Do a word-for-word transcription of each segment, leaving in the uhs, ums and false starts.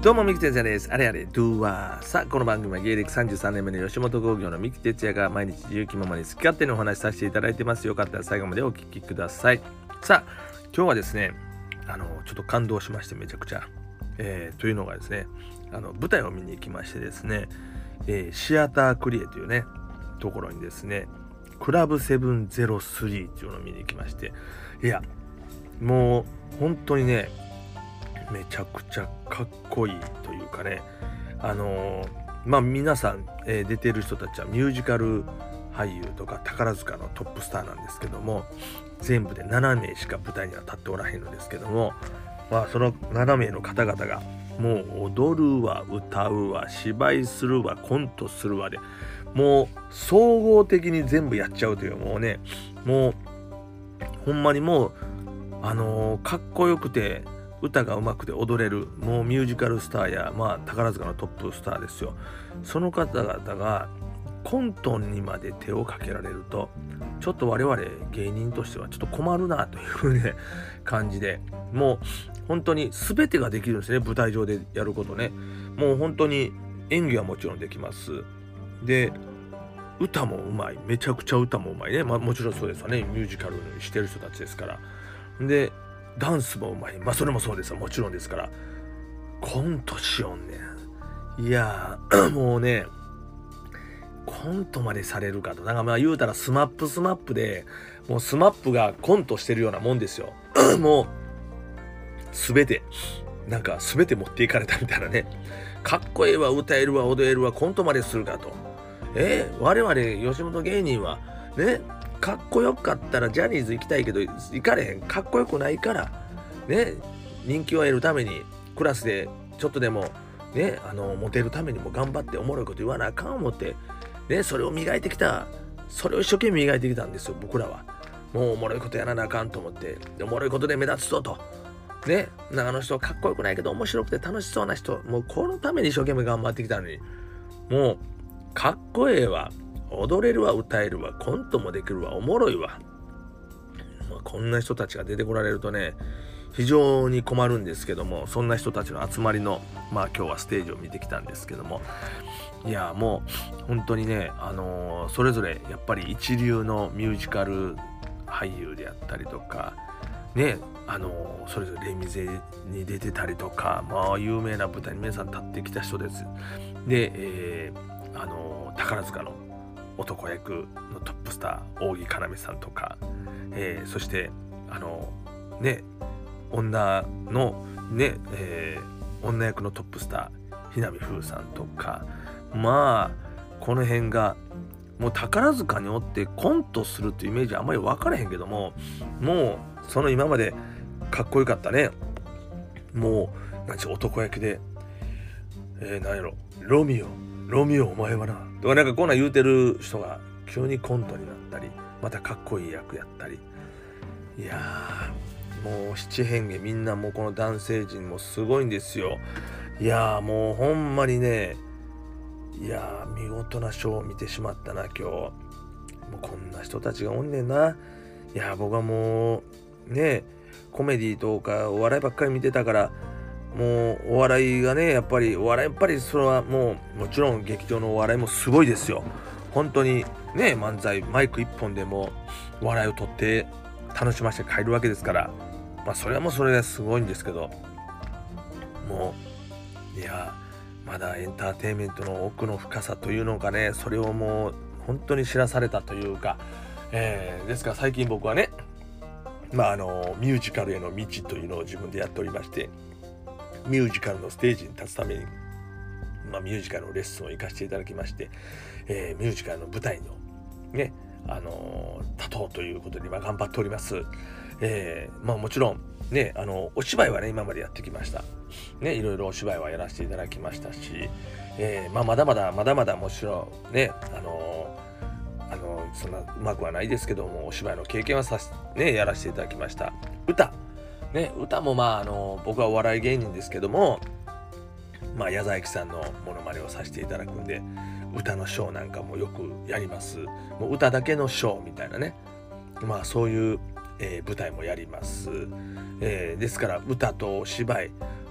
どうも三木哲也です。あれあれドゥワー。さあこの番組は芸歴さんじゅうさんねんめの吉本興業の三木哲也が毎日自由気ままに好き勝手にお話しさせていただいてます。よかったら最後までお聞きください。さあ今日はですねあのちょっと感動しましてめちゃくちゃ、えー、というのがですねあの舞台を見に行きましてですね、えー、シアタークリエというねところにですねクラブセブンゼロスリーっていうのを見に行きまして、いやもう本当にねめちゃくちゃかっこいいというかね、あのー、まあ皆さん、えー、出てる人たちはミュージカル俳優とか宝塚のトップスターなんですけども、全部でななめいしか舞台には立っておらへんのですけども、まあそのななめいの方々がもう踊るわ歌うわ芝居するわコントするわでもう総合的に全部やっちゃうという、もうねもうほんまにもうあのー、かっこよくて歌が上手くて踊れるもうミュージカルスターや、まあ、宝塚のトップスターですよ。その方々がコントにまで手をかけられるとちょっと我々芸人としてはちょっと困るなというね感じで、もう本当に全てができるんですね。舞台上でやることね、もう本当に演技はもちろんできます。で歌もうまい、めちゃくちゃ歌もうまいね、まあ、もちろんそうですわね、ミュージカルにしてる人たちですから。でダンスもうまい、まあそれもそうですよ、もちろんですから。コントしよんねん、いやもうねコントまでされるかと、なんかまあ言うたらスマップスマップでもうスマップがコントしてるようなもんですよもう全てなんか全て持っていかれたみたいなね。かっこええわ歌えるわ踊れるわコントまでするかと、えー、我々吉本芸人はねかっこよかったらジャニーズ行きたいけど行かれへん、かっこよくないからね、人気を得るためにクラスでちょっとでもねあのモテるためにも頑張っておもろいこと言わなあかん思ってね、それを磨いてきた、それを一生懸命磨いてきたんですよ僕らは。もうおもろいことやらなあかんと思って、おもろいことで目立つぞとね、あの人かっこよくないけど面白くて楽しそうな人、もうこのために一生懸命頑張ってきたのに、もうかっこええわ踊れるわ歌えるわコントもできるわおもろいわ、まあ、こんな人たちが出てこられるとね非常に困るんですけども、そんな人たちの集まりのまあ今日はステージを見てきたんですけども、いやもう本当にねあのー、それぞれやっぱり一流のミュージカル俳優であったりとかね、あのー、それぞれレミゼに出てたりとか、まあ有名な舞台に皆さん立ってきた人です。で、えー、あのー、宝塚の男役のトップスター扇かなめさんとか、えー、そしてあのね女のね、えー、女役のトップスター日波風さんとか、まあこの辺がもう宝塚におってコントするっていうイメージあんまり分からへんけども、もうその今までかっこよかったね、もうなんちゅう男役で、えー、なんやろロミオロミオお前はなとかなんかこんなん言うてる人が急にコントになったり、またかっこいい役やったり、いやーもう七変化みんなもうこの男性陣もすごいんですよ。いやーもうほんまにね、いやー見事なショーを見てしまったな今日。もうこんな人たちがおんねんな。いやー僕はもうねコメディとかお笑いばっかり見てたから、もうお笑いがねやっぱりお笑いやっぱりそれはもうもちろん劇場のお笑いもすごいですよ本当にね。漫才マイク一本でも笑いを取って楽しませて帰るわけですから、まあそれはもうそれですごいんですけど、もういやまだエンターテインメントの奥の深さというのかね、それをもう本当に知らされたというか、えー、ですから最近僕はねまああのミュージカルへの道というのを自分でやっておりまして、ミュージカルのステージに立つために、まあ、ミュージカルのレッスンを行かせていただきまして、えー、ミュージカルの舞台のね、あのー、立とうということで今頑張っております。えー、まあもちろんね、あのお芝居はね今までやってきましたね、いろいろお芝居はやらせていただきましたし、えー、まあまだまだまだまだもちろんね、あのー、あのー、そんなうまくはないですけども、お芝居の経験はさしねやらせていただきました。歌ね、歌もまああの僕はお笑い芸人ですけども、まあ矢沢永吉さんのモノマネをさせていただくんで、歌のショーなんかもよくやります。もう歌だけのショーみたいなね、まあそういう、えー、舞台もやります。えー、ですから歌とお芝居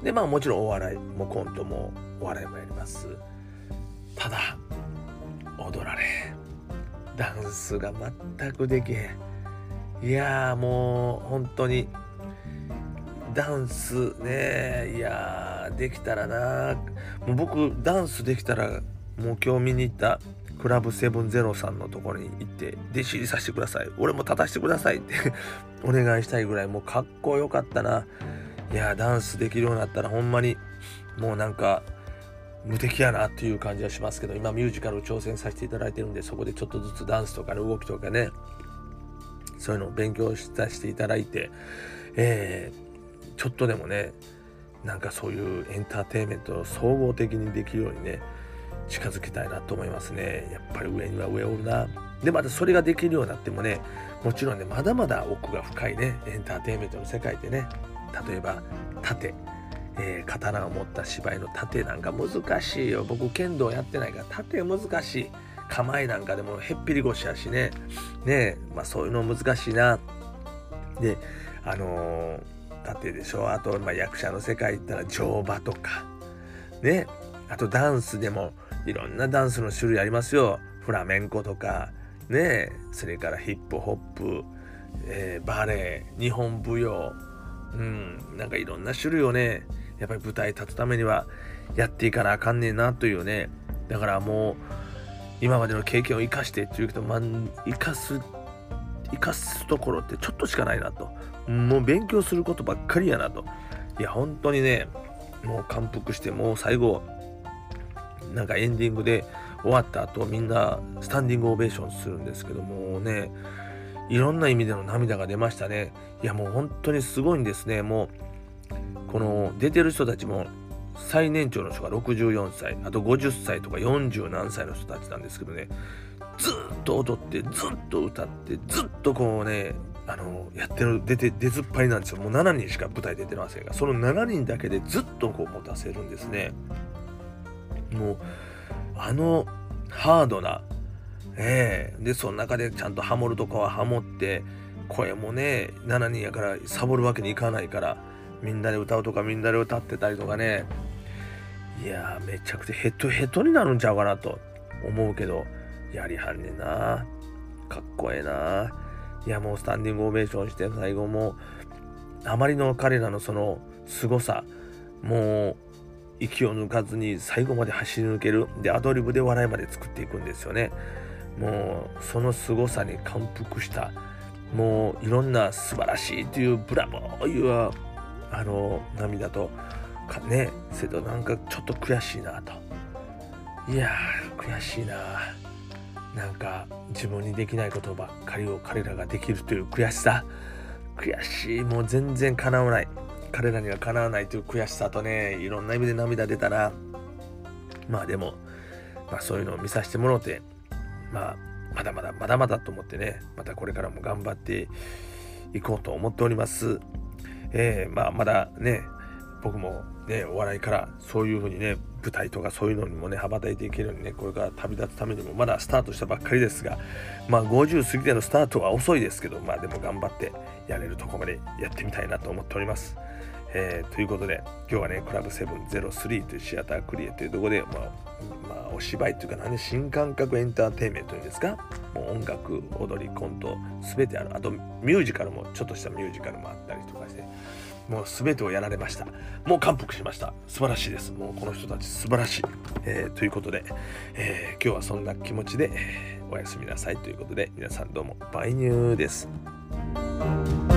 でまあもちろんお笑いもコントもお笑いもやります。ただ踊られダンスが全くできへん。いやーもう本当にダンスね、いやーできたらな。もう僕ダンスできたらもう今日見に行ったクラブセブンゼロさんのところに行って弟子入りさせてください、俺も立たせてくださいってお願いしたいぐらいもうかっこよかったな。いやーダンスできるようになったらほんまにもうなんか無敵やなっていう感じはしますけど、今ミュージカル挑戦させていただいてるんで、そこでちょっとずつダンスとかの動きとかね、そういうのを勉強させていただいて、えー、ちょっとでもねなんかそういうエンターテインメントを総合的にできるようにね近づきたいなと思いますね。やっぱり上には上おるな。でまたそれができるようになってもね、もちろんねまだまだ奥が深いねエンターテインメントの世界ってね、例えば盾、えー、刀を持った芝居の盾なんか難しいよ。僕剣道やってないから盾難しい。構えなんかでもへっぴり腰やしね。ねえ、まあそういうの難しいな。で、あのー、盾でしょ。あと、まあ、役者の世界行ったら乗馬とか。ね。あとダンスでもいろんなダンスの種類ありますよ。フラメンコとか。ね。それからヒップホップ、えー、バレエ、日本舞踊。うん。なんかいろんな種類をね、やっぱり舞台立つためにはやっていかなあかんねえなというね。だからもう、今までの経験を生かしてっていうけど、まあ、生かす生かすところってちょっとしかないなと。もう勉強することばっかりやなと。いや本当にねもう感服して、もう最後なんかエンディングで終わった後みんなスタンディングオベーションするんですけどもね、いろんな意味での涙が出ましたね。いやもう本当にすごいんですね。もうこの出てる人たちも最年長の人がろくじゅうよんさい、あとごじゅっさいとかよんじゅう何歳の人たちなんですけどね、ずっと踊ってずっと歌ってずっとこうねあのやってる出て出ずっぱりなんですよ。もうしちにんしか舞台出てませんが、そのしちにんだけでずっとこう持たせるんですね。もうあのハードな、えー、でその中でちゃんとハモるとかはハモって、声もねしちにんやからサボるわけにいかないから、みんなで歌うとかみんなで歌ってたりとかね、いやーめちゃくちゃヘトヘトになるんちゃうかなと思うけど、やりはんねんな。かっこええな。いやもうスタンディングオベーションして、最後もあまりの彼らのその凄さ、もう息を抜かずに最後まで走り抜ける。でアドリブで笑いまで作っていくんですよね。もうその凄さに感服した。もういろんな素晴らしいというブラボーいうあの涙とかね、せどなんかちょっと悔しいなと。いやー悔しいな。なんか自分にできないことばっかりを彼らができるという悔しさ、悔しい。もう全然叶わない、彼らには叶わないという悔しさとね、いろんな意味で涙出たな。まあでも、まあ、そういうのを見させてもらって、まあまだまだまだまだと思ってね、またこれからも頑張っていこうと思っております。えー、まあまだね僕もねお笑いからそういう風にね舞台とかそういうのにもね羽ばたいていけるようにね、これから旅立つためにもまだスタートしたばっかりですが、まあごじゅう過ぎてのスタートは遅いですけど、まあでも頑張ってやれるとこまでやってみたいなと思っております。えー、ということで今日はねクラブセブンゼロスリーというシアタークリエというところで、まあ、まあお芝居というかね新感覚エンターテインメントですか、もう音楽踊りコント全てある。あとミュージカルもちょっとしたミュージカルもあったりとかして、もう全てをやられました。もう感服しました。素晴らしいです。もうこの人たち素晴らしい、えー、ということで、えー、今日はそんな気持ちでおやすみなさいということで、皆さんどうもバイニューです。